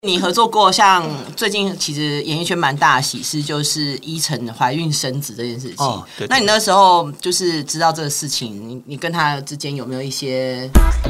你合作过像最近其实演艺圈蛮大的喜事，就是依晨怀孕生子这件事情。 哦，对。 那你那时候就是知道这个事情，你跟他之间有没有一些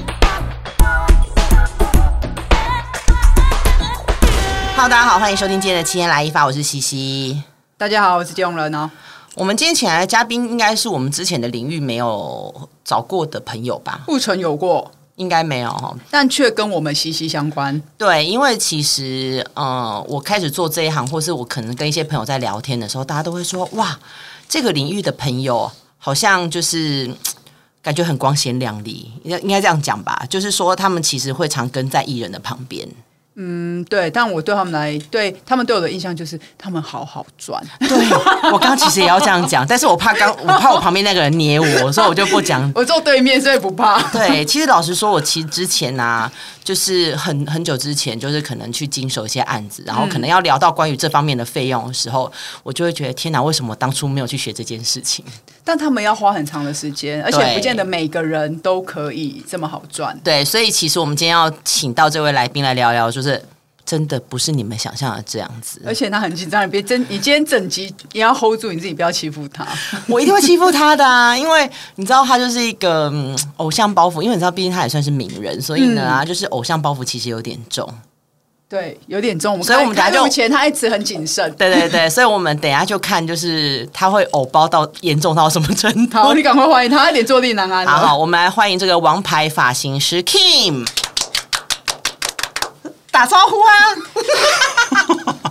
？Hello， 大家好，欢迎收听今天的七天来一发，我是西西。 大家好，我是金永仁哦。 我们今天请来的嘉宾应该是我们之前的领域没有找过的朋友吧？ 不曾有过。 应该没有， 但却跟我们息息相关。 对，因为其实我开始做这一行，或是我可能跟一些朋友在聊天的时候，大家都会说，哇，这个领域的朋友好像就是感觉很光鲜亮丽，应该这样讲吧，就是说他们其实会常跟在艺人的旁边。 对，但我对他们对我的印象就是他们好好赚。 对，我刚刚其实也要这样讲，但是我怕我旁边那个人捏我，所以我就不讲。 我坐对面，所以不怕。 对，其实老实说，我其实之前啊，就是很久之前，就是可能去经手一些案子，然后可能要聊到关于这方面的费用的时候，我就会觉得天哪，为什么我当初没有去学这件事情？ 但他们要花很长的时间，而且不见得每个人都可以这么好赚。 对，所以其实我们今天要请到这位来宾来聊聊，就是真的不是你们想象的这样子。 而且他很紧张，你今天整集也要 hold 住你自己，不要欺负他。 我一定会欺负他的啊，因为你知道他就是一个偶像包袱，因为你知道，毕竟他也算是名人，所以呢，就是偶像包袱其实有点重。 对，有点重。 所以我们等下就前他一直很谨慎。 对，所以我们等一下就看，就是他会偶包到严重到什么程度。 好，你赶快欢迎他，脸坐立难安。 好，我们来欢迎这个王牌发型师 Kim， 打招呼啊！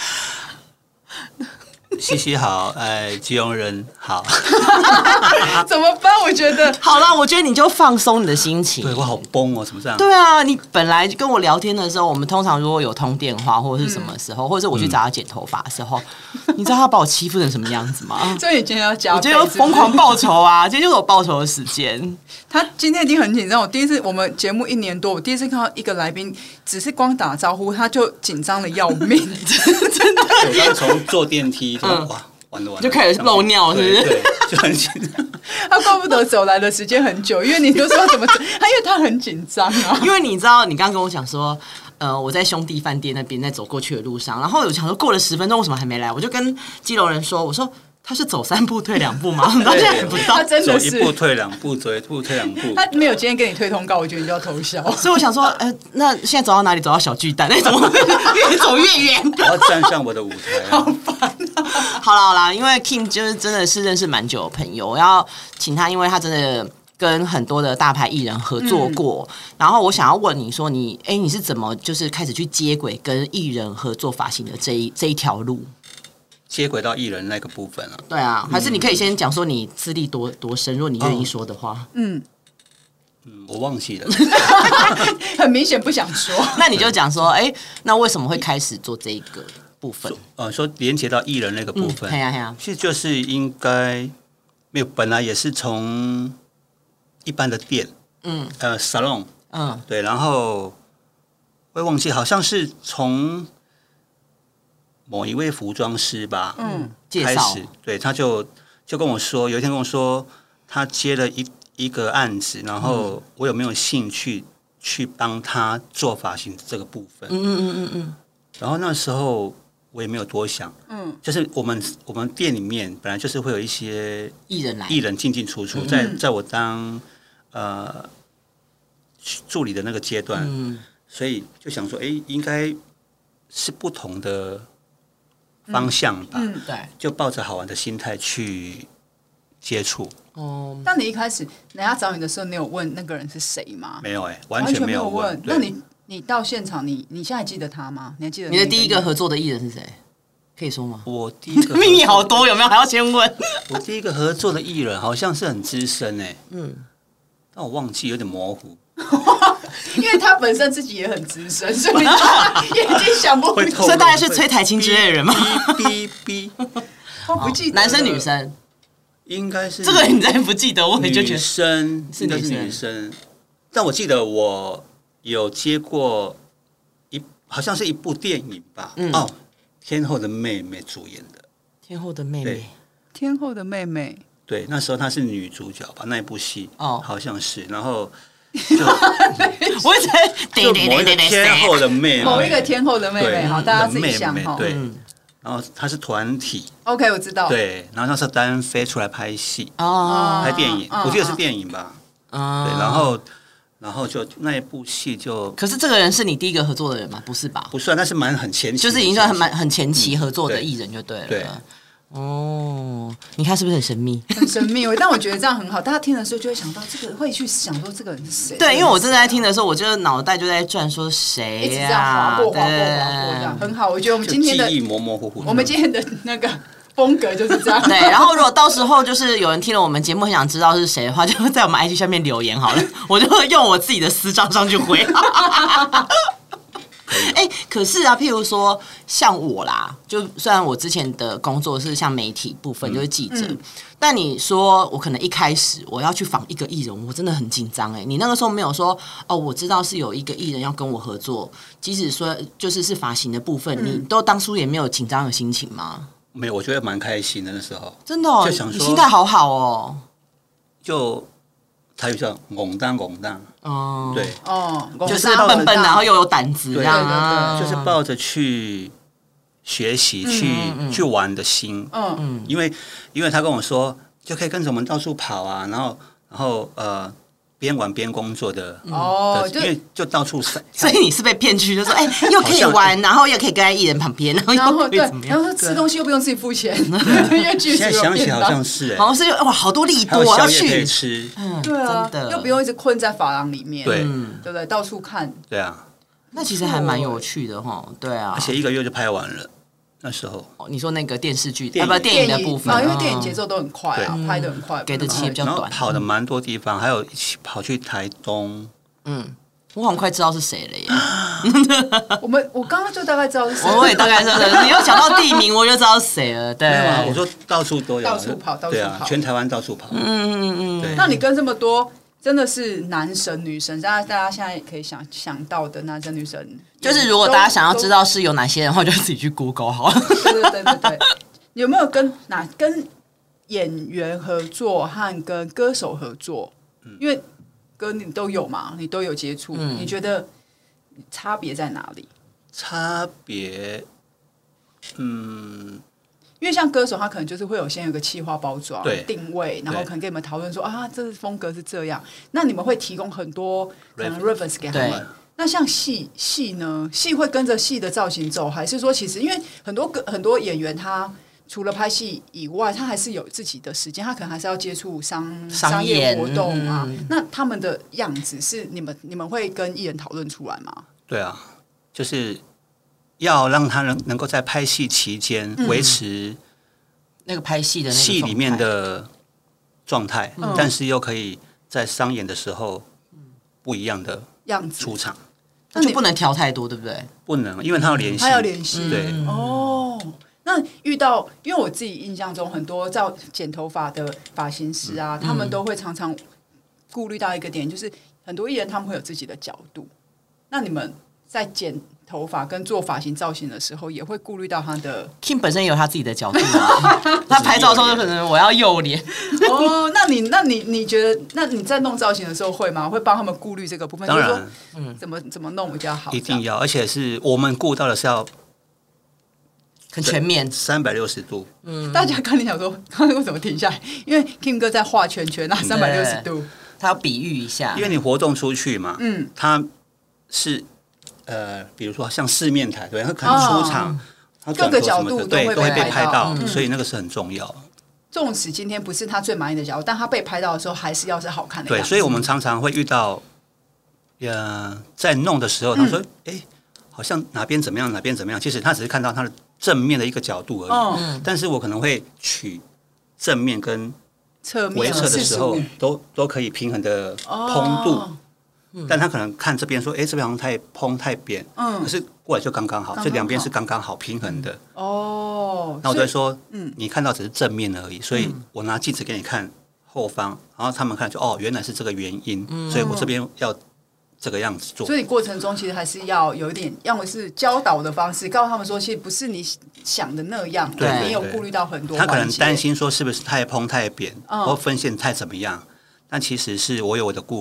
西西好，基隆人好。 怎么办？我觉得好啦，我觉得你就放松你的心情。 对我好崩哦，怎么这样？ 对啊，你本来跟我聊天的时候，我们通常如果有通电话或者是什么时候，或者是我去找他剪头发的时候，你知道他把我欺负成什么样子吗？ 所以你今天要加倍， 我今天要疯狂报仇啊！今天就是我报仇的时间。 他今天已经很紧张，我们节目1年多，我第一次看到一个来宾，只是光打招呼他就紧张的要命， 真的。 我刚从坐电梯就哇，完了， 就开始漏尿，是不是？ 对，就很紧张。 他怪不得走来的时间很久，因为你都说怎么，因为他很紧张啊。 因为你知道，你刚刚跟我讲说，我在兄弟饭店那边在走过去的路上，然后我想说过了10分钟，为什么还没来？我就跟基隆人说，我说他是走3步退2步吗？然后现在不到， 他真的是走1步退2步，走1步退2步。 他没有今天给你推通告，我觉得你就要偷笑。 所以我想说，那现在走到哪里？走到小巨蛋，那怎么越走越远？ 我要站上我的舞台啊！ 好烦啊！ 好啦，因为 Kim 就是真的是认识蛮久的朋友，我要请他，因为他真的跟很多的大牌艺人合作过。然后我想要问你说，你是怎么就是开始去接轨跟艺人合作发型的这一条路？ 接轨到艺人那个部分啊？ 对啊，还是你可以先讲说你资历多深，如果你愿意说的话。 我忘记了。 很明显不想说。 那你就讲说，那为什么会开始做这个部分？ 说连接到艺人那个部分， 嘿呀， 其实就是应该没有，本来也是从一般的店，salon，对，然后我也忘记，好像是从某一位服装师吧，开始，对，他就跟我说，有一天跟我说，他接了一个案子，然后我有没有兴趣去帮他做发型这个部分？然后那时候我也没有多想，就是我们店里面本来就是会有一些艺人进进出出，在我当助理的那个阶段，所以就想说，应该是不同的方向吧， 对， 就抱着好玩的心态去接触。 但你一开始人家找你的时候，你有问那个人是谁吗？ 没有完全没有问。 那你到现场，你现在还记得他吗？你还记得你的第一个合作的艺人是谁？可以说吗？ 我第一个秘密好多，有没有？还要先问。 我第一个合作的艺人好像是很资深但我忘记，有点模糊。 因为他本身自己也很资深，所以也已经想不出。 所以大概是崔台青之类的人吗？ 我不记得男生女生。 应该是这个你再不记得，我也就觉得应该是女生。但我记得我有接过好像是一部电影吧，天后的妹妹主演的。 天后的妹妹， 天后的妹妹， 对，那时候她是女主角吧，那一部戏好像是。然后我一直在就某一个天后的妹妹， 某一个天后的妹妹，好，大家自己想哈。 对，然后她是团体 ，OK， 我知道。 对，然后那时候单飞出来拍戏，拍电影，我记得是电影吧。对，然后就那一部戏就， 可是这个人是你第一个合作的人吗？不是吧？ 不算，但是很前期， 就是已经算很前期合作的艺人就对了。 对。 哦，你看是不是很神秘？ 很神秘，但我觉得这样很好。大家听的时候就会想到这个，会去想说这个人是谁。 对，因为我正在听的时候，我就脑袋就在转，说谁呀？ 一直这样划过，这样很好。我觉得我们今天的记忆模模糊糊， 我们今天的那个风格就是这样。 对，然后如果到时候就是有人听了我们节目很想知道是谁的话，就在我们 IG 下面留言好了，我就会用我自己的私账上去回。可是啊，譬如说像我啦，就虽然我之前的工作是像媒体部分，就是记者，但你说我可能一开始我要去访一个艺人，我真的很紧张你那个时候没有说哦，我知道是有一个艺人要跟我合作，即使说就是发型的部分，你都当初也没有紧张的心情吗？ 没有，我觉得蛮开心的那时候， 真的哦， 就想说你心态好好哦， 就。台语叫拱当，对， 就是笨笨，然后又有胆子，这样就是抱着去学习、去玩的心，因为他跟我说就可以跟着我们到处跑啊，然后边玩边工作的因为就到处散， 所以你是被骗去，就说又可以玩，然后又可以跟在艺人旁边，然后对，然后吃东西又不用自己付钱，因为剧现在想起来好像是好像是哇，好多利多要去可以吃， 对啊，又不用一直困在发廊里面， 对不对？到处看， 对啊， 那其实还蛮有趣的哈，对啊， 而且1个月就拍完了。那时候， 你说那个电视剧电影的部分因为电影节奏都很快啊，拍的很快， 给的期也比较短， 跑的蛮多地方，还有一起跑去台东。 我好像快知道是谁了耶！ 我刚刚就大概知道是谁， 我也大概知道，你又讲到地名，我就知道是谁了。对， 我说到处都有， 到处跑， 对啊，全台湾到处跑。 对。那你跟这么多真的是男神女神，大家现在也可以想到的男神女神， 就是如果大家想要知道是有哪些人的话，就自己去 Google 好了。 对，有没有跟演员合作和跟歌手合作？因为歌你都有嘛，你都有接触，你觉得差别在哪里？ 差别， 因为像歌手，他可能就是会先有个企划包装、定位，然后可能跟你们讨论说啊，这风格是这样。那你们会提供很多可能 reference 给他们。那像戏呢？戏会跟着戏的造型走，还是说其实因为很多演员他除了拍戏以外，他还是有自己的时间，他可能还是要接触商业活动啊。那他们的样子是你们会跟艺人讨论出来吗？ 对啊，就是要让他能够在拍戏期间维持那个拍戏的戏里面的状态，但是又可以在商演的时候不一样的样子出场， 那就不能调太多，对不对？ 不能，因为他要联系，对哦。那遇到，因为我自己印象中，很多剪头发的发型师啊，他们都会常常顾虑到一个点，就是很多艺人他们会有自己的角度。那你们在剪头发跟做发型造型的时候，也会顾虑到他的 Kim 本身也有他自己的角度啊。他拍照的时候就可能我要右脸。 哦，那你觉得，那你在弄造型的时候会吗？会帮他们顾虑这个部分？ 当然， 怎么弄比较好？ 一定要，而且是我们顾到的是要很全面 ，360度。 大家刚才想说，刚才为什么停下来？因为 Kim 哥在画圈圈啊，360度， 他要比喻一下。 因为你活动出去嘛，他是比如说像四面台，对，他可能出场， 各个角度都会被拍到， 嗯、 所以那个是很重要。 纵使今天不是他最满意的角度，但他被拍到的时候，还是要是好看的样子。 对，所以我们常常会遇到，在弄的时候，他说：“好像哪边怎么样，哪边怎么样。”其实他只是看到他的正面的一个角度而已。但是我可能会取正面跟围侧的时候，都可以平衡的蓬度。但他可能看这边说，这边好像太蓬太扁，可是过来就刚刚好，这两边是刚刚好平衡的。 哦， 那我就会说，你看到只是正面而已，所以我拿镜子给你看后方，然后他们看就原来是这个原因，所以我这边要这个样子做。 所以过程中其实还是要有一点，要么是教导的方式，告诉他们说，其实不是你想的那样， 对， 你有顾虑到很多。 他可能担心说是不是太蓬太扁，或分线太怎么样。但其实是我有我的顾虑，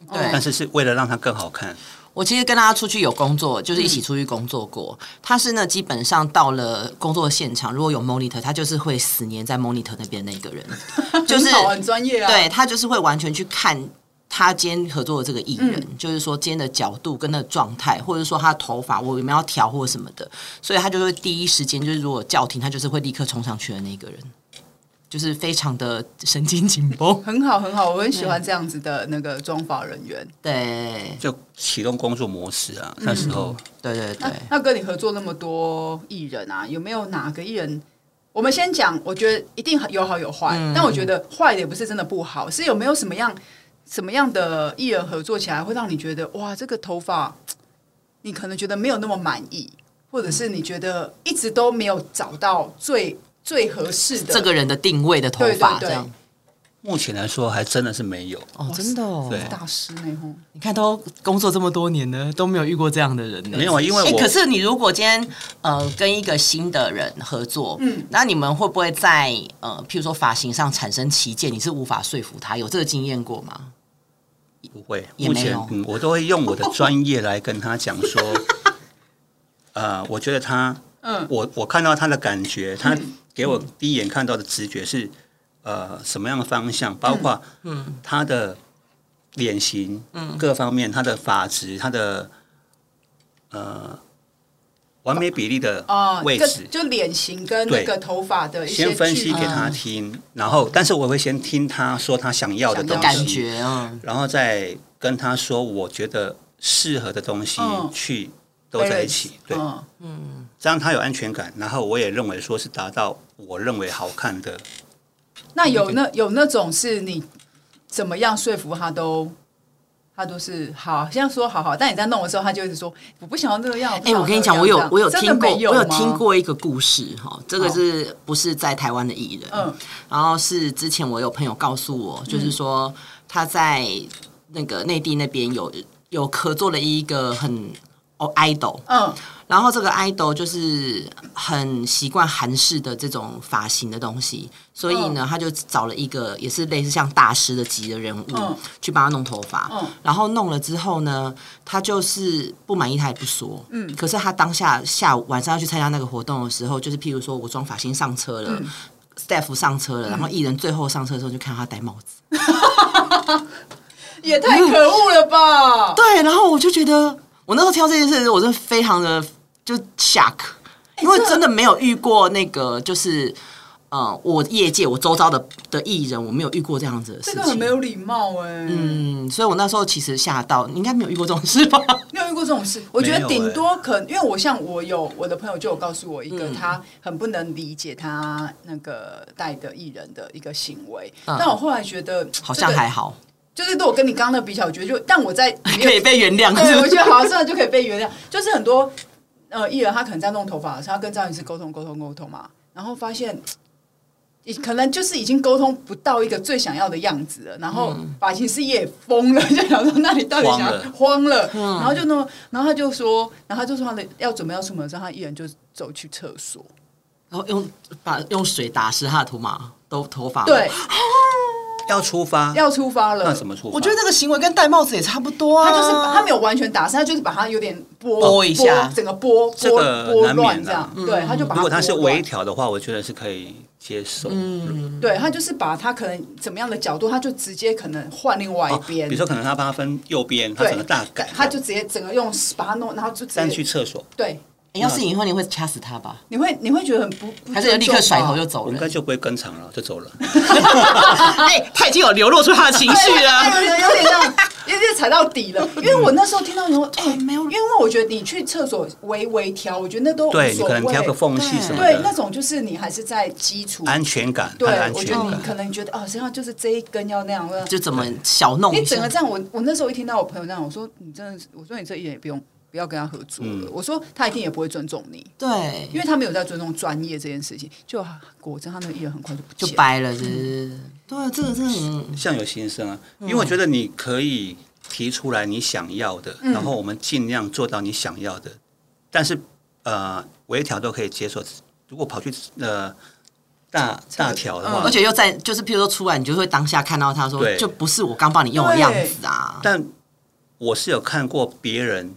对， 但是为了让它更好看。 我其实跟他出去有工作，就是一起出去工作过。他是呢，基本上到了工作现场，如果有 monitor， 他就是会死黏在 monitor 那边那个人，就是很专业啊。 对，他就是会完全去看他今天合作的这个艺人，就是说今天的角度跟那个状态，或者说他的头发我有没有要调或什么的，所以他就会第一时间就是如果叫停，他就是会立刻冲上去的那个人。就是非常的神经紧绷， 很好很好，我很喜欢这样子的那个妆发人员。 对， 就启动工作模式啊，那时候。 对对对。 那跟你合作那么多艺人啊，有没有哪个艺人？我们先讲，我觉得一定有好有坏，但我觉得坏的也不是真的不好，是有没有什么样的艺人合作起来会让你觉得哇，这个头发你可能觉得没有那么满意，或者是你觉得一直都没有找到最合适的这个人的定位的头发，这样。 目前来说还真的是没有哦，真的哦， 对， 大师呢？ 你看都工作这么多年了，都没有遇过这样的人呢。 没有啊，因为可是你如果今天跟一个新的人合作，那你们会不会在譬如说发型上产生歧见？你是无法说服他，有这个经验过吗？ 不会，目前我都会用我的专业来跟他讲说，我觉得他。我看到他的感觉，他给我第一眼看到的直觉是什么样的方向，包括他的脸型各方面，他的发质，他的完美比例的位置， 就脸型跟那个头发的一些先分析给他听，然后但是我会先听他说他想要的东西， 感觉然后再跟他说我觉得适合的东西去都在一起，对，这样他有安全感，然后我也认为说是达到我认为好看的。 那有那种是你怎么样说服他都是好，现在说好，但你在弄的时候，他就一直说我不想要这样。 我跟你讲，我有听过一个故事哈，这个是不是在台湾的艺人？然后是之前我有朋友告诉我，就是说他在那个内地那边有合作了一个很idol，然后这个 idol 就是很习惯韩式的这种发型的东西，所以呢，他就找了一个也是类似像大师的级的人物去帮他弄头发，然后弄了之后呢，他就是不满意，他也不说，可是他当下下午晚上要去参加那个活动的时候，就是譬如说我装发型上车了，staff 上车了，然后艺人最后上车的时候就看到他戴帽子， 也太可恶了吧！ 对，然后我就觉得。我那时候听到这件事，我真的非常的就 shock， 因为真的没有遇过那个，就是我业界我周遭的艺人，我没有遇过这样子的事情， 这个很没有礼貌所以我那时候其实吓到，你应该没有遇过这种事吧？ 没有遇过这种事，我觉得顶多可能，因为我的朋友就有告诉我一个，他很不能理解他那个带的艺人的一个行为，但我后来觉得好像还好。 就是对我跟你刚刚的比较，我觉得但我在可以被原谅， 对，我觉得好像就可以被原谅。就是很多艺人他可能在弄头发的时候，他跟造型师沟通嘛，然后发现可能就是已经沟通不到一个最想要的样子了，然后发型师也疯了，就想说那你到底想慌了，然后就弄，然后他就说他要准备要出门的时候，他艺人就走去厕所， 然后用水打湿他的头发， 对。 要出发了，那怎么出发？ 我觉得那个行为跟戴帽子也差不多啊。 他就是他没有完全打湿，他就是把它有点拨一下， 整个拨乱这样。对，他就把它。 如果他是微调的话，我觉得是可以接受。 对，他就是把他可能怎么样的角度，他就直接可能换另外一边。 比如说，可能他把它分右边，他整个大改， 他就直接整个用把它弄，然后就直接去厕所。 对。 要是以后你会掐死他吧？ 你会觉得很不， 还是立刻甩头就走了？ 应该就不会跟场了，就走了。 他已经有流露出他的情绪了， 有点像，有点踩到底了。因为我那时候听到你说，没有，因为我觉得你去厕所微调，我觉得那都对，你可能挑个缝隙什么的， 对，那种就是你还是在基础安全感， 对，我觉得你可能觉得实际上就是这一根要那样， 就怎么小弄一下。 你整个这样，我那时候一听到我朋友这样，我说你真的，我说你这一点也不要跟他合作了。我说他一定也不会尊重你， 对， 因为他没有在尊重专业这件事情。就果真，他那个艺人很快就掰了，对，这个真的相由心生啊。因为我觉得你可以提出来你想要的，然后我们尽量做到你想要的，但是微调都可以接受。如果跑去大条的话， 而且又在就是譬如说出来，你就会当下看到他说，就不是我刚帮你用的样子啊。 但我是有看过别人，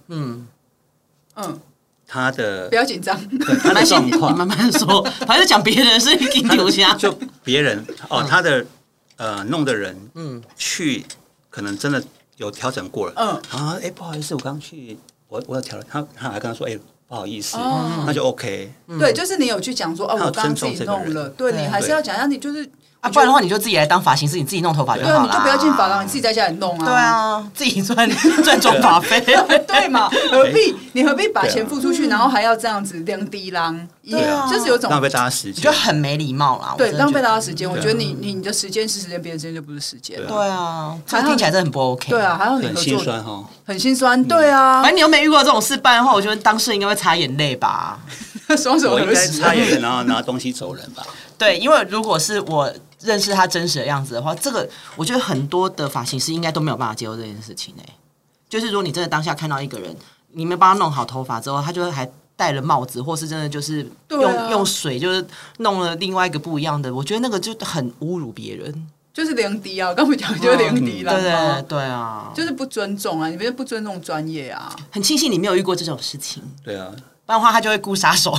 他的不要紧张， 他的状况， 你慢慢说，反正讲别人是给丢下， 就别人他的弄的人，去可能真的有调整过了，然后不好意思，我刚去，我有调了，他还跟他说，不好意思，那就 OK。 对，就是你有去讲说，我刚刚自己弄了，对你还是要讲，让你就是不然的话你就自己来当发型师，你自己弄头发就好了。 对，你就不要进发廊，你自己在家里弄啊。 对啊，自己赚妆发费， 对嘛？你何必把钱付出去，然后还要这样子两滴浪？ 对啊， 就是有种浪费大家时间， 就很没礼貌啦。 对，浪费大家时间。我觉得你的时间是时间，别人时间就不是时间。 对啊，这听起来真的很不 OK。 对啊，还要你合作， 很心酸哈， 很心酸。对啊， 反正你又没遇过这种事办的话，我觉得当事人应该会擦眼泪吧， 双手合十， 擦眼泪，然后拿东西走人吧。 对，因为如果是我认识他真实的样子的话，这个我觉得很多的发型师应该都没有办法接受这件事情就是如果你真的当下看到一个人，你没帮他弄好头发之后，他就还戴了帽子，或是真的就是用水就是弄了另外一个不一样的，我觉得那个就很侮辱别人。 就是零敌啊，我刚不讲就是零敌了， 对啊， 就是不尊重啊，你们不尊重专业啊。 很庆幸你没有遇过这种事情， 对啊， 不然的话他就会雇杀手。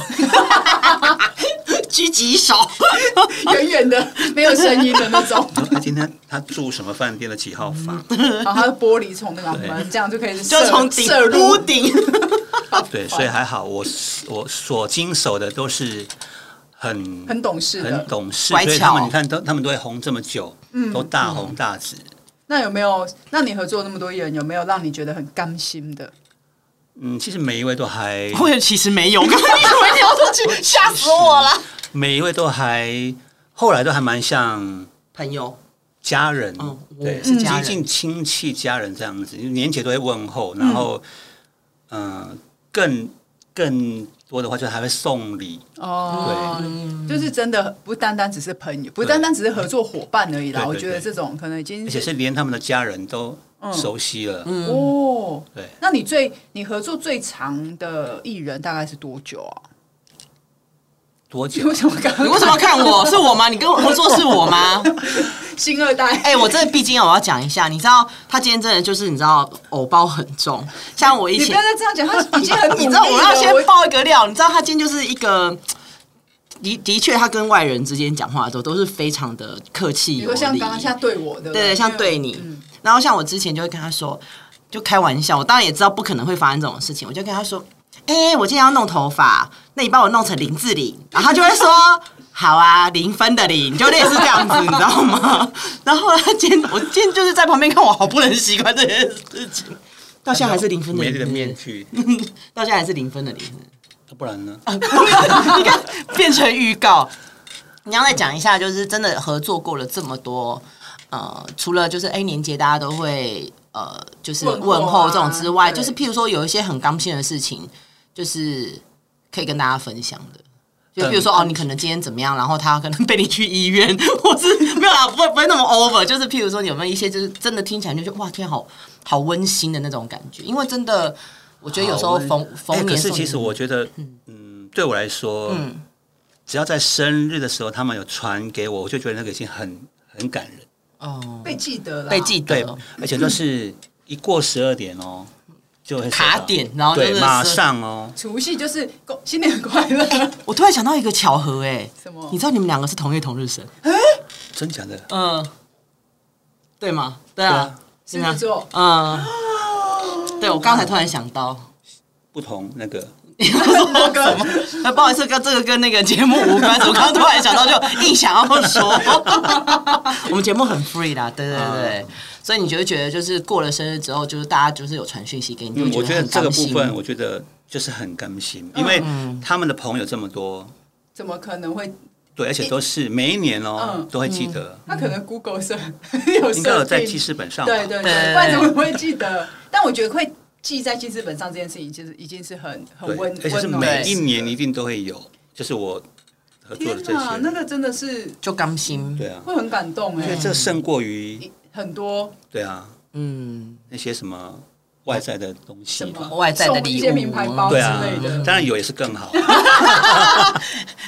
狙击手， 远远的没有声音的那种。 他今天他住什么饭店的几号房？ 然后他的玻璃从那个门，这样就可以就从射入屋顶。 对，所以还好，我所经手的都是很懂事，很懂事，所以他们你看，他们都会红这么久，都大红大紫。 那有没有？那你合作那么多艺人，有没有让你觉得很甘心的？ 其实每一位都还， 或者其实没有，刚刚以为你要说去，吓死我了。 每一位都还，后来都还蛮像朋友、 家人，对，是接近亲戚家人这样子，年节都会问候，然后，更多的话就还会送礼对，就是真的不单单只是朋友，不单单只是合作伙伴而已啦。我觉得这种可能已经， 而且是连他们的家人都熟悉了。对。 那你合作最长的艺人大概是多久啊？ 多久？ 你为什么要看我？是我吗？你跟我合作是我吗？ 星二代。 我真的毕竟我要讲一下，你知道他今天真的就是你知道偶包很重，像我以前你不要再这样讲，他已经很你知道我要先爆一个料，你知道他今天就是一个的确他跟外人之间讲话的时候都是非常的客气有礼，比如像刚刚像对我的， 对，像对你，然后像我之前就会跟他说，就开玩笑，我当然也知道不可能会发生这种事情，我就跟他说。我今天要弄头发，那你帮我弄成林志玲，然后他就会说好啊，0分的0，就类似这样子，你知道吗？然后我今天就是在旁边看，我好不能习惯这件事情，到现在还是0分的0， 没这个面具， 到现在还是0分的0， 不然呢？ 你看变成预告，你要再讲一下，就是真的合作过了这么多，除了就是年节大家都会就是问候这种之外，就是譬如说有一些很刚性的事情。就是可以跟大家分享的，就比如说你可能今天怎么样，然后他可能背你去医院，或是没有啦，不会那么 over。就是譬如说，你有没有一些就是真的听起来就觉得哇天，好温馨的那种感觉？因为真的，我觉得有时候逢年， 可是其实我觉得，对我来说，只要在生日的时候他们有传给我，我就觉得那个已经很感人被记得了， 被记得， 对，而且都是一过12点就会卡点，然后对，马上除夕就是新年快乐。 我突然想到一个巧合， 什么？ 你知道你们2个是同月同日生？ 真假的？ 对吗？对啊， 狮子座。 对，我刚才突然想到， 不同那个。 那不好意思，这个跟那个节目无关，我刚刚突然想到，就硬想要说，我们节目很 free 啦，对。所以你就会觉得，就是过了生日之后，就是大家就是有传讯息给你， 我觉得这个部分，我觉得就是很甘心，因为他们的朋友这么多， 怎么可能会？ 对，而且都是每一年都会记得。 他可能 Google 上应该有在记事本上， 对，不然怎么会记得？但我觉得会记在记事本上这件事情，其实已经是很温暖， 而且是每一年一定都会有，就是我合作的这些， 那个真的是就甘心， 对啊， 会很感动因为这胜过于。 很多对啊，那些什么外在的东西吧， 外在的礼物、 一些名牌包之类的， 当然有也是更好。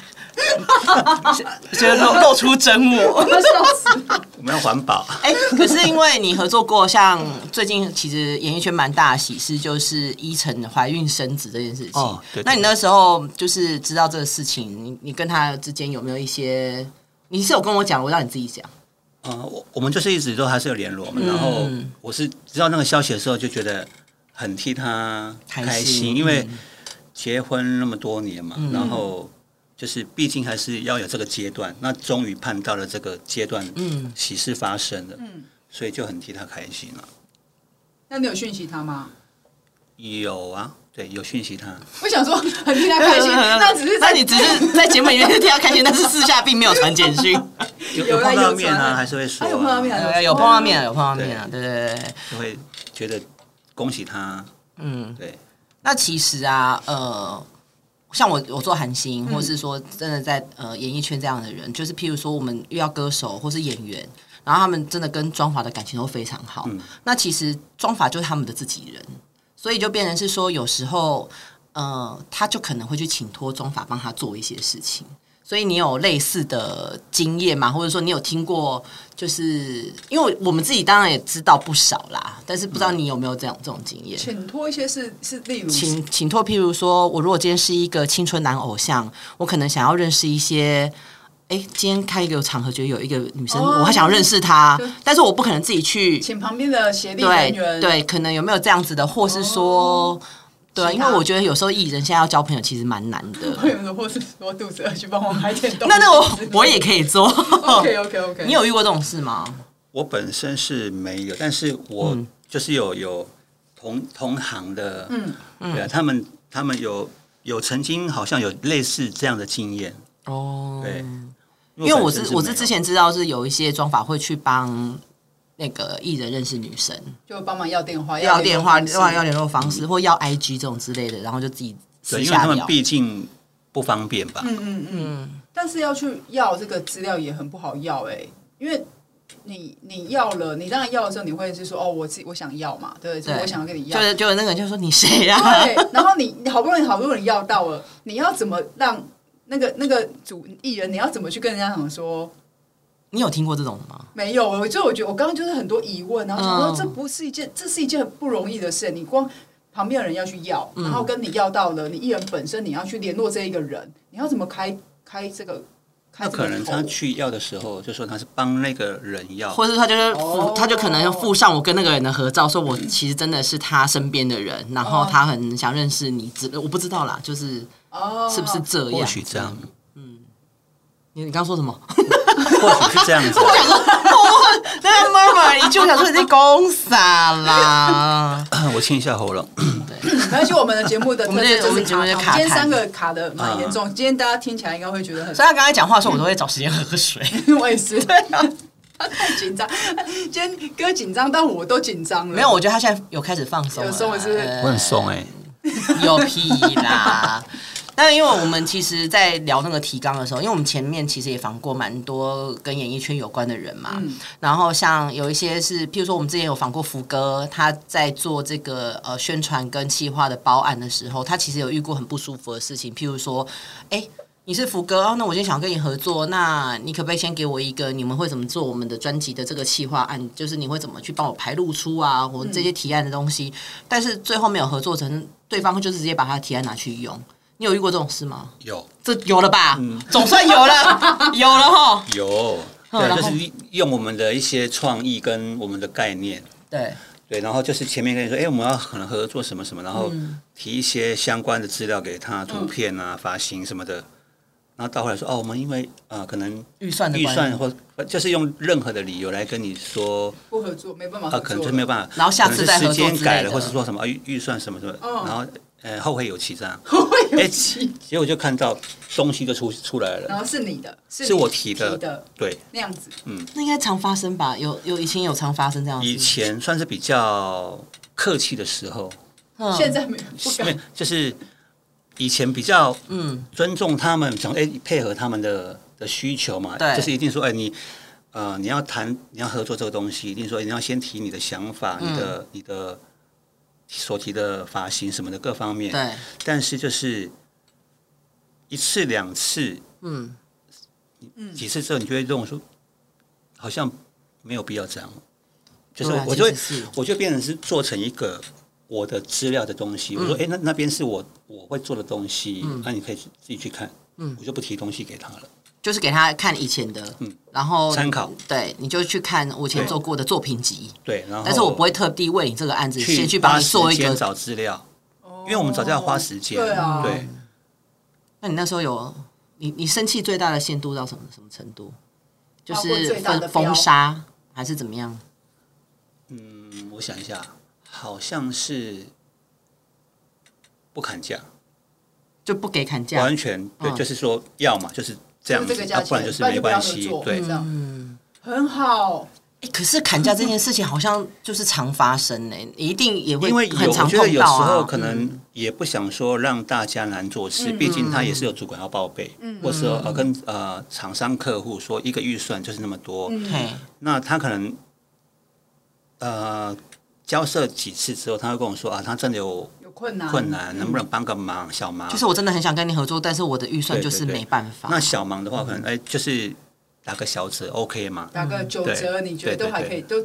觉得露出真我， 笑死！ 我们要环保。 可是因为你合作过，像最近其实演艺圈蛮大的喜事，就是依晨怀孕生子这件事情。 对。 那你那时候就是知道这个事情，你跟他之间有没有一些？你是有跟我讲，我让你自己讲。 我们就是一直都还是有联络嘛，然后我是知道那个消息的时候，就觉得很替他开心，因为结婚那么多年嘛，然后就是毕竟还是要有这个阶段，那终于盼到了这个阶段，喜事发生了，所以就很替他开心了。 那你有讯息他吗？ 有啊。对，有讯息他。 我想说很替他开心，那你只是在节目里面替他开心，但是私下并没有传简讯。 有碰到面啊，还是会说。 有碰到面， 有碰到面，有碰到面啊，对， 就会觉得恭喜他。对。 那其实啊，像我做韩星，或是说真的在演艺圈这样的人，就是譬如说我们遇到歌手或是演员，然后他们真的跟妆法的感情都非常好。那其实妆法就是他们的自己人。所以就变成是说，有时候，他就可能会去请托妆法帮他做一些事情。所以你有类似的经验吗？或者说你有听过？就是因为我们自己当然也知道不少啦，但是不知道你有没有这种经验？ 请托一些是例如请托，譬如说我如果今天是一个青春男偶像，我可能想要认识一些。今天开一个场合，觉得有一个女生，我还想要认识她，但是我不可能自己去请旁边的协力人员。 对，可能有没有这样子的，或是说，对，因为我觉得有时候艺人现在要交朋友其实蛮难的。 会有人或是说肚子饿去帮我买点东西， 那我也可以做。 OK。 你有遇过这种事吗？ 我本身是没有，但是我就是有同行的，对啊，他们有曾经好像有类似这样的经验对。 因为我是之前知道是有一些妆法会去帮那个艺人认识女生， 就帮忙要电话、 要联络方式，或要 IG 这种之类的，然后就自己私下聊。 因为他们毕竟不方便吧。 但是要去要这个资料也很不好要因为你要了，你当然要的时候，你会是说我想要嘛，对，我想要跟你要， 就那个人就说你谁呀？ 对，然后你好不容易要到了，你要怎么让？那个主艺人，你要怎么去跟人家讲说？ 你有听过这种的吗？ 没有，我觉得我刚刚就是很多疑问，然后想说这是一件很不容易的事。你光旁边的人要去要，然后跟你要到了，你艺人本身你要去联络这一个人，你要怎么开这个？ 那可能他去要的时候，就说他是帮那个人要， 或者他就是他就可能附上我跟那个人的合照，说我其实真的是他身边的人，然后他很想认识你，我不知道啦，就是是不是这样？ 或许这样。 你刚说什么？ 或许是这样子。 我想说，那个妈妈一句，我想说你在公傻啦。 我清一下喉咙。 没关系，我们的节目的特色就是卡。 今天3个卡的蛮严重，今天大家听起来应该会觉得很。 所以他刚才讲话的时候，我都会找时间喝水。 我也是。对啊。他太紧张，今天哥紧张，但我都紧张了。 没有，我觉得他现在有开始放松了。 有松是？ 我很松有屁啦！但因为我们其实，在聊那个提纲的时候，因为我们前面其实也访过蛮多跟演艺圈有关的人嘛，然后像有一些是，譬如说我们之前有访过福哥，他在做这个宣传跟企划的包案的时候，他其实有遇过很不舒服的事情，譬如说，你是福哥那我今天想跟你合作，那你可不可以先给我一个你们会怎么做我们的专辑的这个企划案，就是你会怎么去帮我排露出啊，或这些提案的东西，但是最后没有合作成，对方就是直接把他的提案拿去用。你有遇过这种事吗？ 有， 这有了吧？总算有了，有了哈。 有，对，就是用我们的一些创意跟我们的概念，对，然后就是前面跟你说，我们要可能合作什么什么，然后提一些相关的资料给他，图片啊、发型什么的，然后到后来说，我们因为可能预算或就是用任何的理由来跟你说不合作，没办法合作， 可能就是没有办法， 然后下次再合作之类的， 时间改了，或是说什么预算什么什么，然后。后会有期这样， 后会有期， 结果就看到东西就出来了， 然后是你的， 是我提的，对， 那样子， 那应该常发生吧？有以前有常发生这样子， 以前算是比较客气的时候， 现在没有， 就是以前比较尊重他们，想配合他们的需求嘛，就是一定说你要谈你要合作这个东西，一定说你要先提你的想法，你的。所提的发型什么的各方面， 对， 但是就是 1次2次，几次之后，你就会认为说，好像没有必要这样。就是我就变成是做成一个我的资料的东西。我说，那边是我会做的东西，那你可以自己去看。我就不提东西给他了。 就是给他看以前的，然后参考， 对，你就去看我以前做过的作品集， 对，然后但是我不会特地为你这个案子先去帮你做一个找资料，因为我们找资料要花时间，对。 那你那时候有你生气最大的限度到什么程度？就是封杀还是怎么样？ 我想一下，好像是不砍价， 就不给砍价， 完全对，就是说要嘛，就是这样子，不然就是没关系，对， 很好。 可是砍价这件事情好像就是常发生呢，一定也会因为很常碰到啊。 我觉得有时候可能也不想说让大家难做事，毕竟他也是有主管要报备，或者说跟厂商客户说一个预算就是那么多，那他可能交涉几次之后，他会跟我说他真的有困难，能不能帮个忙，小忙？ 就是我真的很想跟你合作，但是我的预算就是没办法。 那小忙的话，可能就是打个小折 OK 吗？ 打个9折，你觉得都还可以，都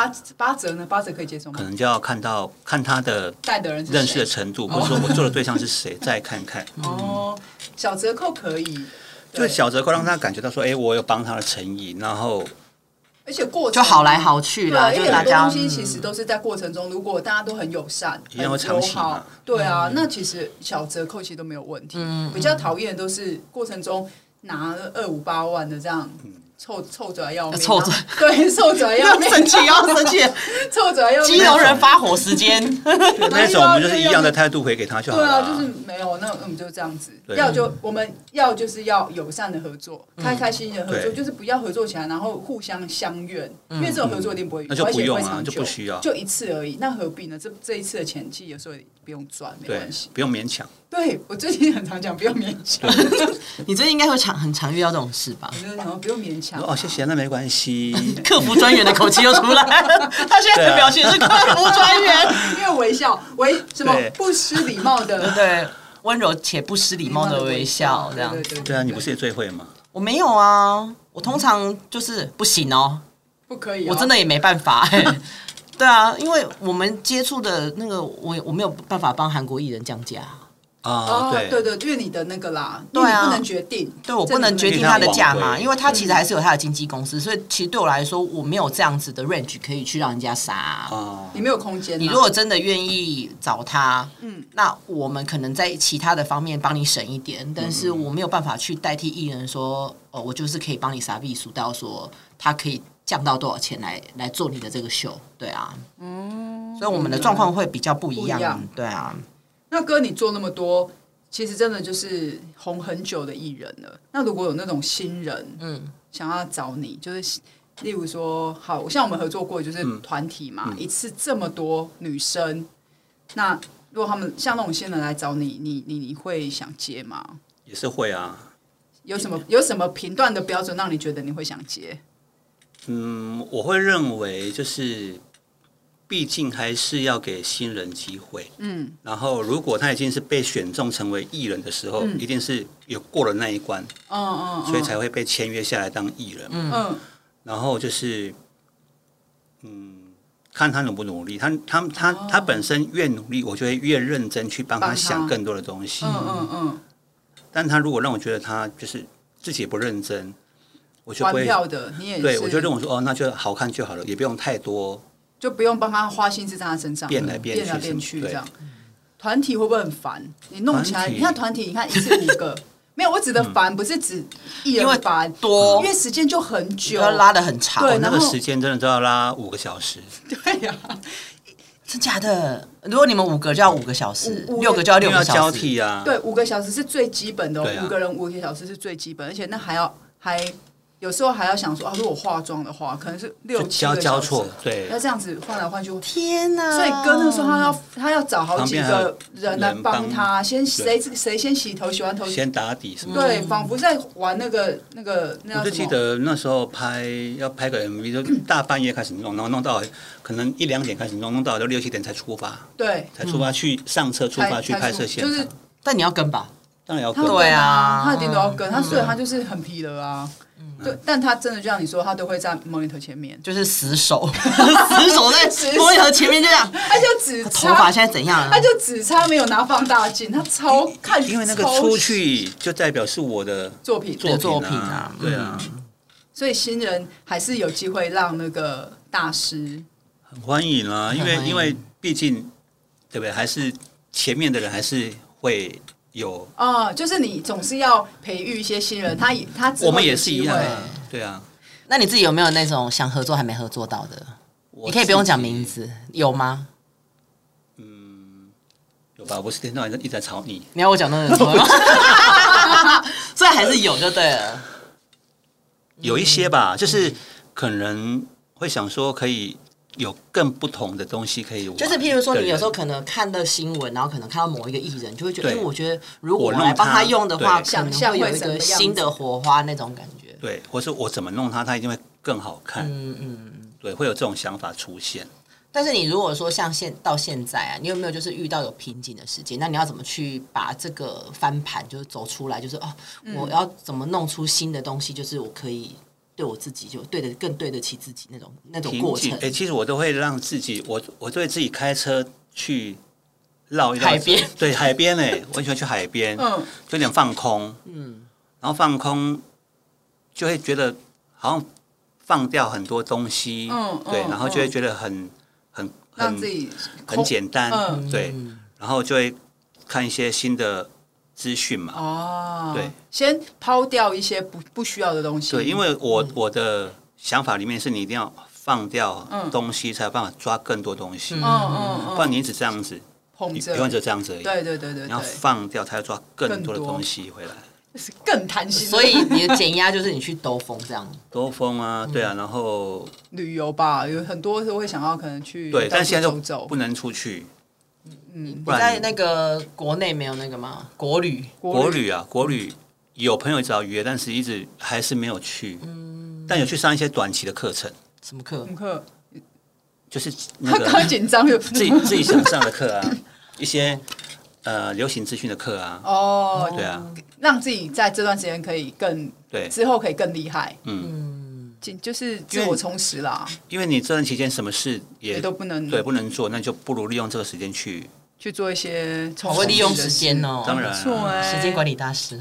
8折呢？8折可以接受吗？ 可能就要看他的带的人认识的程度，或者说我做的对象是谁，再看看。 小折扣可以， 就是小折扣让他感觉到说，我有帮他的诚意，然后。 而且过程就好来好去啦， 对，因为很多东西其实都是在过程中，如果大家都很友善、很友好，对啊，那其实小折扣其实都没有问题。比较讨厌的都是过程中拿了2、5、8万的这样臭嘴要命，对，臭嘴要命， 生气， 臭嘴要命， 基隆人发火时间， 那种我们就是一样的态度回给他就好了。 对啊，就是没有，那我们就这样子，我们就是要友善的合作，开开心心的合作，就是不要合作起来，然后互相相怨，因为这种合作一定不会， 那就不用啊，就不需要， 就一次而已，那何必呢？这一次的钱其实有时候不用赚，没关系， 不用勉强。 对，我最近很常讲不用勉强。 你最近应该会很常遇到这种事吧？ 不用勉强。 谢谢，那没关系。 客服专员的口气又出来了，他现在的表情是客服专员， 因为微笑，什么不失礼貌的， 对，温柔且不失礼貌的微笑，这样。 对啊，你不是也最会吗？ 我没有啊，我通常就是不行哦， 不可以， 我真的也没办法。对啊，因为我们接触的那个，我没有办法帮韩国艺人降价。 对， 因为你的那个啦，因为你不能决定， 对我不能决定他的价嘛，因为他其实还是有他的经纪公司，所以其实对我来说，我没有这样子的 range 可以去让人家杀。 你没有空间。 你如果真的愿意找他，那我们可能在其他的方面帮你省一点，但是我没有办法去代替艺人说，我就是可以帮你杀避数到说他可以降到多少钱来做你的这个秀，对啊，所以我们的状况会比较不一样，对啊。 那哥，你做那么多，其实真的就是红很久的艺人了。那如果有那种新人，想要找你，就是例如说，好像我们合作过，就是团体嘛，一次这么多女生，那如果他们像那种新人来找你，你会想接吗？ 也是会啊。 有什么评断的标准让你觉得你会想接？ 我会认为就是。毕竟还是要给新人机会，然后如果他已经是被选中成为艺人的时候，一定是有过了那一关，所以才会被签约下来当艺人，然后就是，看他努不努力，他本身越努力，我就会越认真去帮他想更多的东西，但他如果让我觉得他就是自己也不认真，我就会对我就认为说那就好看就好了，也不用太多。 就不用帮他花心思在他身上， 变来变去这样。团体会不会很烦？你弄起来，你看团体，你看一次5个，没有，我指的烦不是指艺人烦多，因为时间就很久， 要拉得很长， 对， 那个时间真的都要拉5个小时。 对呀， 真假的？如果你们5个就要5个小时，6个就要6个小时， 交替啊。 对，5个小时是最基本的，5个人5个小时是最基本，而且那还有时候还要想说如果化妆的话，可能是6、7个小时， 交错，对， 要这样子换来换去。 天哪！ 所以哥那个时候他要找好几个人来帮他，谁先洗头，洗完头先打底什么？ 对，仿佛在玩那个。 我就记得那时候要拍个 MV， 就大半夜开始弄，然后弄到可能1、2点开始弄到6、7点才出发。 对， 才出发去上车，出发去拍摄现场。 但你要跟吧？ 当然要跟， 对啊， 他一定都要跟。他虽然他就是很疲了啊，对，但他真的就像你说，他都会在 monitor 前面， 就是死守，死守在 monitor 前面这样， 他就只差头发现在怎样了？ 他就只差没有拿放大镜，他超看， 因为那个出去就代表是我的作品啊，对啊， 所以新人还是有机会让那个大师很欢迎啊，因为毕竟对不对？还是前面的人还是会有就是你总是要培育一些新人，他我们也是一样，对啊。 那你自己有没有那种想合作还没合作到的？你可以不用讲名字，有吗？ 有吧？我是天到晚一直在吵你， 你要我讲那个吗？所以还是有就对了。 有一些吧，就是可能会想说可以有更不同的东西可以玩， 就是譬如说，你有时候可能看到新闻，然后可能看到某一个艺人，就会觉得，我觉得如果我来帮他用的话，可能会有一个新的火花那种感觉。 对，或是我怎么弄他，他一定会更好看。对，会有这种想法出现。 但是你如果说像到现在啊，你有没有就是遇到有瓶颈的时间？那你要怎么去把这个翻盘，就是走出来？就是我要怎么弄出新的东西？就是我可以对我自己就更对得起自己那种过程。 其实我都会让自己，我都会自己开车去绕一绕海边， 对海边我很喜欢去海边，就有点放空，然后放空就会觉得好像放掉很多东西，对，然后就会觉得让自己很简单，对，然后就会看一些新的资讯嘛，对， 先抛掉一些不需要的东西， 对，因为我的想法里面是你一定要放掉东西，才有办法抓更多东西，不然你一直这样子， 捧着， 永远就这样子而已， 对， 你要放掉，才要抓更多的东西回来。 是更贪心， 所以你的减压就是你去兜风这样。 兜风啊，对啊，然后旅游吧，有很多都会想要可能去对，但现在就不能出去。 你在那个国内没有那个吗？国旅有朋友找约，但是一直还是没有去。但有去上一些短期的课程。 什么课？ 就是那个刚紧张， 自己想上的课啊，一些流行资讯的课啊。对啊。 让自己在这段时间可以之后可以更厉害，就是自我充实啦。 因为你这段期间什么事也都不能做，那就不如利用这个时间去做一些我会利用时间哦， 当然时间管理大师，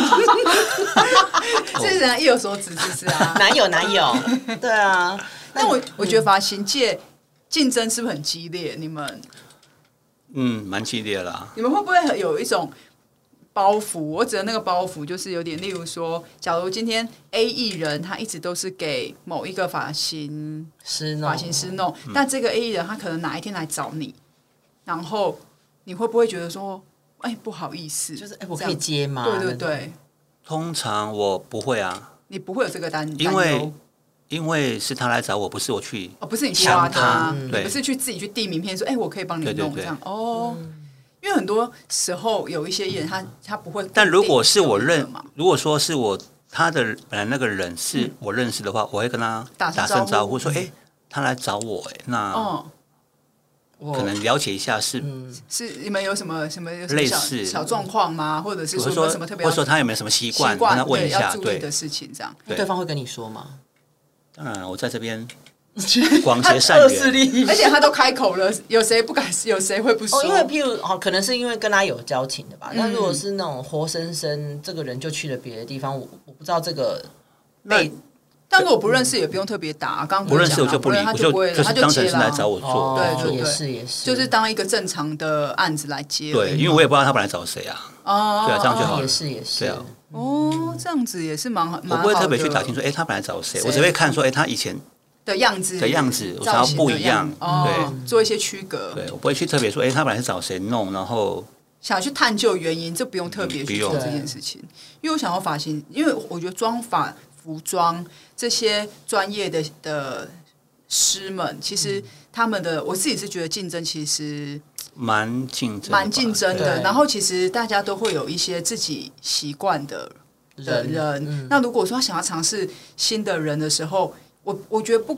这人意有所指，是不是啊？ 哪有，对啊。 但我觉得发型界竞争是不是很激烈？你们蛮激烈啦。 你们会不会有一种包袱？我指的那个包袱就是有点，例如说，假如今天 A 艺人他一直都是给某一个发型师弄，但这个 A 艺人他可能哪一天来找你，然后你会不会觉得说，不好意思， 就是我可以接吗？ 对。 通常我不会啊， 你不会有这个担因为是他来找我，不是我去不是你抓他， 对， 不是自己去递名片说，我可以帮你弄这样因为很多时候有一些艺人他不会， 但如果是如果说是他的本来那个人是我认识的话，我会跟他打声招呼，说他来找我，那可能了解一下是你们有什么类似小状况吗？或者是说什么特别， 或者说他有没有什么习惯，跟他问一下， 要注意的事情这样。 对方会跟你说吗？ 当然，我在这边广结善缘， 而且他都开口了，有谁不敢？有谁会不说？ 因为譬如可能是因为跟他有交情的吧。那如果是那种活生生这个人就去了别的地方，我不知道这个但如果不认识也不用特别打，刚不认识我就不理， 他就不会， 他就当成是来找我做， 对， 也是， 就是当一个正常的案子来接。 对，因为我也不知道他本来找谁啊。对啊，这样就好了。 也是， 对啊。 这样子也是蛮好的。 我不会特别去打听说，他本来找谁，我只会看说，他以前的样子， 我想要不一样，对， 做一些区隔。 对，我不会去特别说，他本来是找谁弄，然后想去探究原因，这不用特别去做这件事情。因为我想要发型，因为我觉得妆发、服装这些专业的师们，其实他们的我自己是觉得竞争其实蛮竞争的。然后其实大家都会有一些自己习惯的人。那如果说他想要尝试新的人的时候，我觉得不管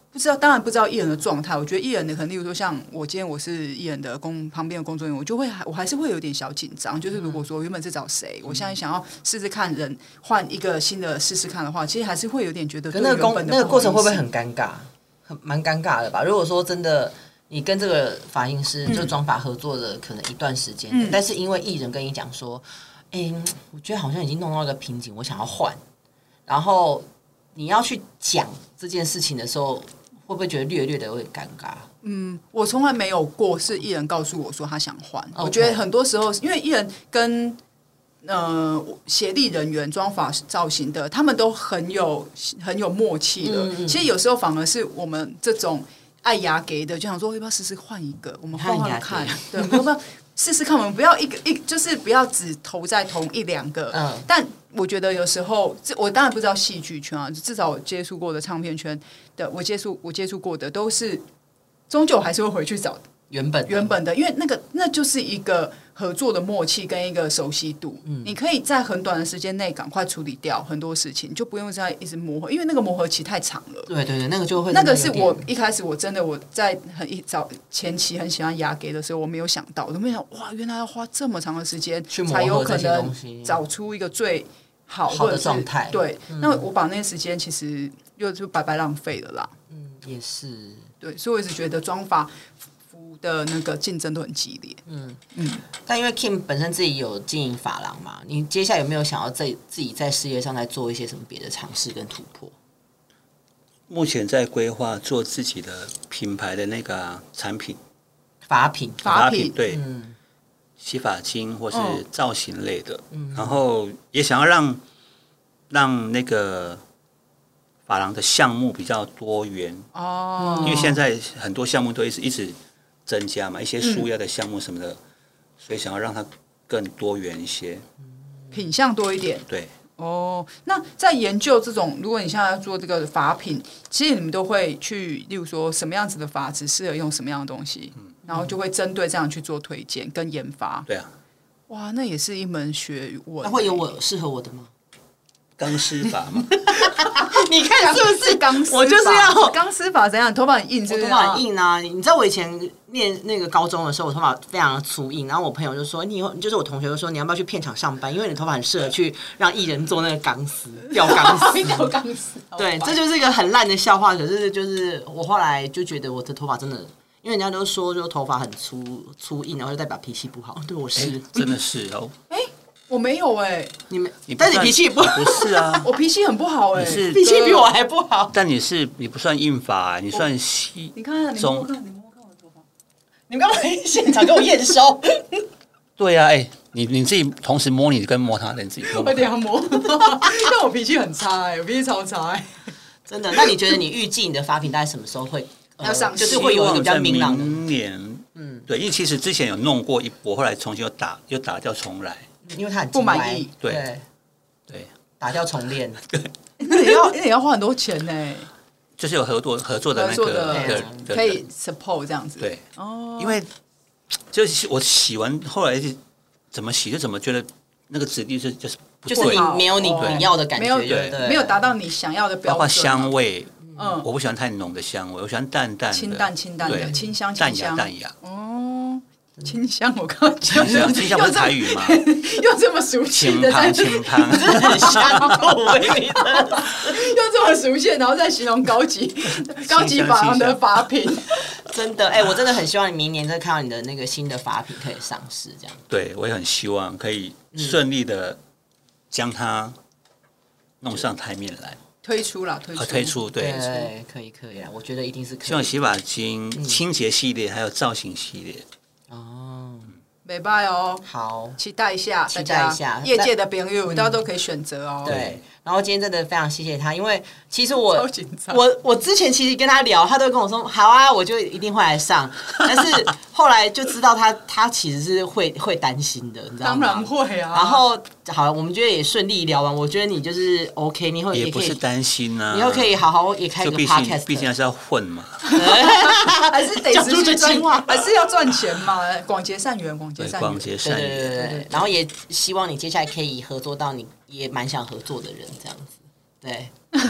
不知道，当然不知道艺人的状态。我觉得艺人的可能，例如说像我今天我是艺人的旁边的工作人员，我还是会有点小紧张。就是如果说原本是找谁，我现在想要试试看人换一个新的试试看的话，其实还是会有点觉得那个过程会不会很尴尬？蛮尴尬的吧？如果说真的你跟这个发型师就妆发合作了可能一段时间，但是因为艺人跟你讲说，我觉得好像已经弄到一个瓶颈，我想要换，然后你要去讲这件事情的时候，会不会觉得略略的有点尴尬？ 我从来没有过是艺人告诉我说他想换。我觉得很多时候，因为艺人跟协力人员、妆发造型的，他们都很有默契的。其实有时候反而是我们这种爱牙给的，就想说要不要试试换一个，我们换看，对，要不要试试看？我们不要就是不要只投在同一两个。但我觉得有时候，我当然不知道戏剧圈啊，至少我接触过的唱片圈的，我接触过的都是，终究还是会回去找原本的，因为那就是一个合作的默契跟一个熟悉度。你可以在很短的时间内赶快处理掉很多事情，就不用再一直磨合，因为那个磨合期太长了。 对，那个就会那个是我一开始我在前期很喜欢牙给的时候，我没有想到，我都没想哇，原来要花这么长的时间才有可能找出一个最好的状态。 对，那我把那些时间其实就白白浪费了啦。 也是。 对，所以我一直觉得妆发的那个竞争都很激烈。 但因为 Kim 本身自己有经营发廊嘛，你接下来有没有想要自己在事业上再做一些什么别的尝试跟突破？ 目前在规划做自己的品牌的那个产品， 发品对，洗发精或是造型类的，然后也想要让那个发廊的项目比较多元因为现在很多项目都一直增加嘛，一些舒压的项目什么的，所以想要让它更多元一些， 品项多一点。 对。 那在研究这种，如果你现在要做这个发品，其实你们都会去，例如说什么样子的发质适合用什么样的东西，然后就会针对这样去做推荐跟研发。 对啊。 哇，那也是一门学问。 那会有适合我的吗？ 钢丝发吗？ 你看是不是钢丝？ 我就是要钢丝发怎样？头发很硬是不是？ 我头发很硬啊！你知道我以前念那个高中的时候，我头发非常的粗硬，然后我朋友就说：“你以后就是我同学就说你要不要去片场上班？因为你头发很适合去让艺人做那个钢丝吊钢丝。” 吊钢丝。 对，这就是一个很烂的笑话。可是就是我后来就觉得我的头发真的，因为人家都说就头发很粗硬，然后就代表脾气不好。对，我是真的是哦。 我没有但你脾气也不是啊， 我脾气很不好你是脾气比我还不好。 但你不算硬发，你算细。 你看，你摸摸看我的头发。 你们干嘛现场给我验收？ 对啊，你自己同时摸你跟摸他的，你自己摸。 我等下摸，但我脾气很差我脾气超差真的？那你觉得你预计你的发品大概什么时候会要上市？ 就是会有一个比较明朗的。 明年，对，因为其实之前有弄过一波，后来重新又打掉重来。 因为他很不满意， 对， 打掉重练， 那也要花很多钱呢。 就是有合作的那个可以 support 这样子， 对，因为就是我洗完后来怎么洗就怎么觉得那个质地就是你没有你要的感觉， 没有达到你想要的标准， 包括香味，我不喜欢太浓的香味，我喜欢淡淡的、 清淡的、清香淡雅。 清香，我刚刚清香不是台语吗？ 又这么熟悉的， 清汤， 真的很香口味的， 又这么熟悉，然后再形容高级发廊的发品， 真的，我真的很希望你明年再看到你的那个新的发品可以上市，这样。 对，我也很希望可以顺利的将它弄上台面来。 推出， 对，可以啊，我觉得一定是可以。 希望洗发精、清洁系列还有造型系列。 没拜哦， 好， 期待一下，业界的朋友大家都可以选择哦。 对，然后今天真的非常谢谢他，因为其实我之前其实跟他聊，他都跟我说好啊，我就一定会来上，但是后来就知道他其实是会担心的，你知道吗？ 当然会啊。 然后好，我们觉得也顺利聊完，我觉得你就是 OK， 你以后也可以， 也不是担心啊， 以后可以好好也开个 podcast， 毕竟还是要混嘛， 还是得持续赚，还是要赚钱嘛，广结善缘， 对，然后也希望你接下来可以合作到你也蛮想合作的人，这样子，对。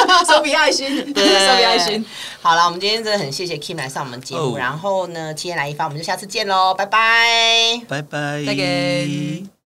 手比爱心，手比爱心。 好了，我们今天真的很谢谢 Kim 来上我们节目，然后呢，7天来一发，我们就下次见喽，拜拜， 拜拜， 再见。